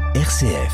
RCF.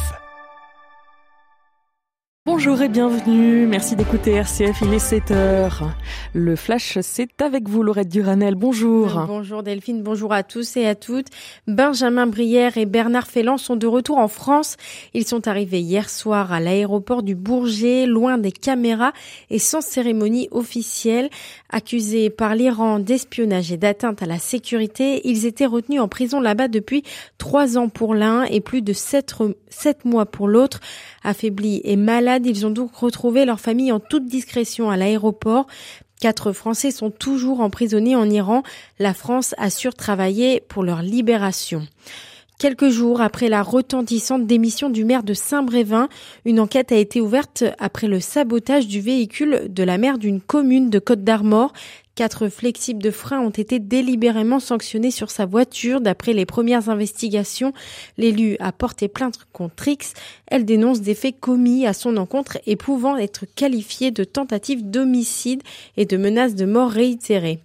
Bonjour et bienvenue, merci d'écouter RCF, il est 7h. Le Flash, c'est avec vous Laurette Duranel, bonjour. Bonjour Delphine, bonjour à tous et à toutes. Benjamin Brière et Bernard Félan sont de retour en France. Ils sont arrivés hier soir à l'aéroport du Bourget, loin des caméras et sans cérémonie officielle. Accusés par l'Iran d'espionnage et d'atteinte à la sécurité, ils étaient retenus en prison là-bas depuis 3 ans pour l'un et plus de 7 mois pour l'autre. Affaiblis et malades, ils ont donc retrouvé leur famille en toute discrétion à l'aéroport. 4 Français sont toujours emprisonnés en Iran. La France assure travailler pour leur libération. Quelques jours après la retentissante démission du maire de Saint-Brévin, une enquête a été ouverte après le sabotage du véhicule de la maire d'une commune de Côte-d'Armor. 4 flexibles de frein ont été délibérément sanctionnés sur sa voiture. D'après les premières investigations, l'élu a porté plainte contre X. Elle dénonce des faits commis à son encontre et pouvant être qualifiés de tentative d'homicide et de menaces de mort réitérées.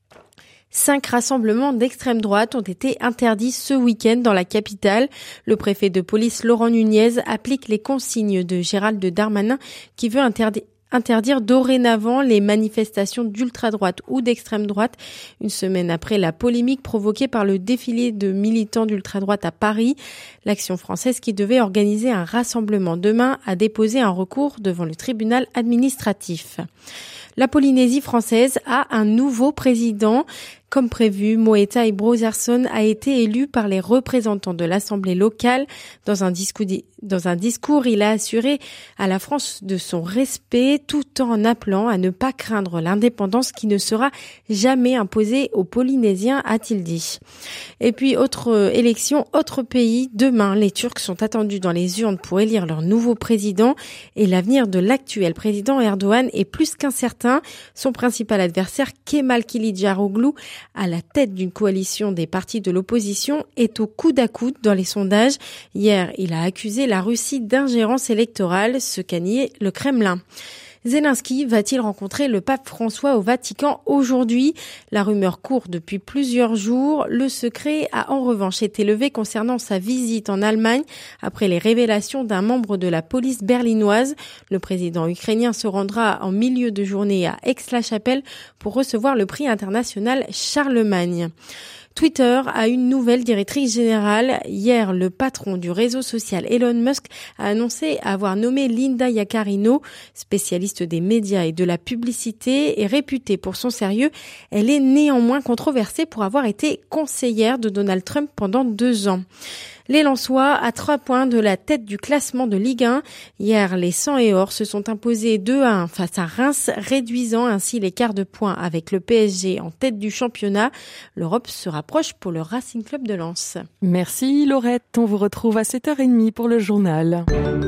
5 rassemblements d'extrême droite ont été interdits ce week-end dans la capitale. Le préfet de police Laurent Nunez applique les consignes de Gérald Darmanin qui veut interdire dorénavant les manifestations d'ultra-droite ou d'extrême droite, une semaine après la polémique provoquée par le défilé de militants d'ultra-droite à Paris. L'Action française, qui devait organiser un rassemblement demain, a déposé un recours devant le tribunal administratif. La Polynésie française a un nouveau président. Comme prévu, Moetai Brotherson a été élu par les représentants de l'Assemblée locale. Dans un discours, il a assuré à la France de son respect tout en appelant à ne pas craindre l'indépendance qui ne sera jamais imposée aux Polynésiens, a-t-il dit. Et puis, autre élection, autre pays. Demain, les Turcs sont attendus dans les urnes pour élire leur nouveau président et l'avenir de l'actuel président Erdogan est plus qu'incertain. Son principal adversaire, Kemal Kılıçdaroğlu, à la tête d'une coalition des partis de l'opposition, est au coude à coude dans les sondages. Hier, il a accusé la Russie d'ingérence électorale, ce qu'a nié le Kremlin. Zelensky va-t-il rencontrer le pape François au Vatican aujourd'hui? La rumeur court depuis plusieurs jours. Le secret a en revanche été levé concernant sa visite en Allemagne après les révélations d'un membre de la police berlinoise. Le président ukrainien se rendra en milieu de journée à Aix-la-Chapelle pour recevoir le prix international Charlemagne. Twitter a une nouvelle directrice générale. Hier, le patron du réseau social Elon Musk a annoncé avoir nommé Linda Yaccarino, spécialiste des médias et de la publicité et réputée pour son sérieux. Elle est néanmoins controversée pour avoir été conseillère de Donald Trump pendant 2 ans. Les Lensois à 3 points de la tête du classement de Ligue 1. Hier, les 100 et or se sont imposés 2-1 face à Reims, réduisant ainsi l'écart de points avec le PSG en tête du championnat. L'Europe se rapproche pour le Racing Club de Lens. Merci Laurette, on vous retrouve à 7h30 pour le journal.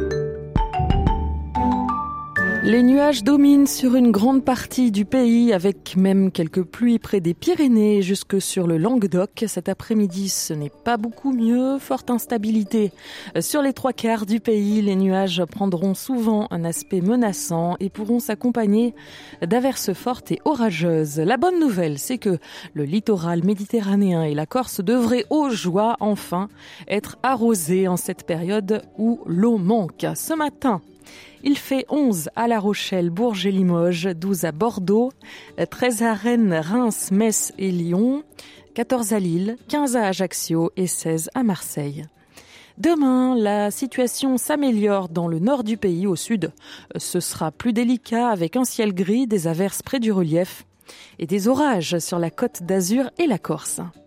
Les nuages dominent sur une grande partie du pays, avec même quelques pluies près des Pyrénées jusque sur le Languedoc. Cet après-midi, ce n'est pas beaucoup mieux. Forte instabilité sur les 3/4 du pays. Les nuages prendront souvent un aspect menaçant et pourront s'accompagner d'averses fortes et orageuses. La bonne nouvelle, c'est que le littoral méditerranéen et la Corse devraient aux joies enfin être arrosés en cette période où l'eau manque. Ce matin, il fait 11 à La Rochelle, Bourges et Limoges, 12 à Bordeaux, 13 à Rennes, Reims, Metz et Lyon, 14 à Lille, 15 à Ajaccio et 16 à Marseille. Demain, la situation s'améliore dans le nord du pays. Au sud, ce sera plus délicat avec un ciel gris, des averses près du relief et des orages sur la Côte d'Azur et la Corse.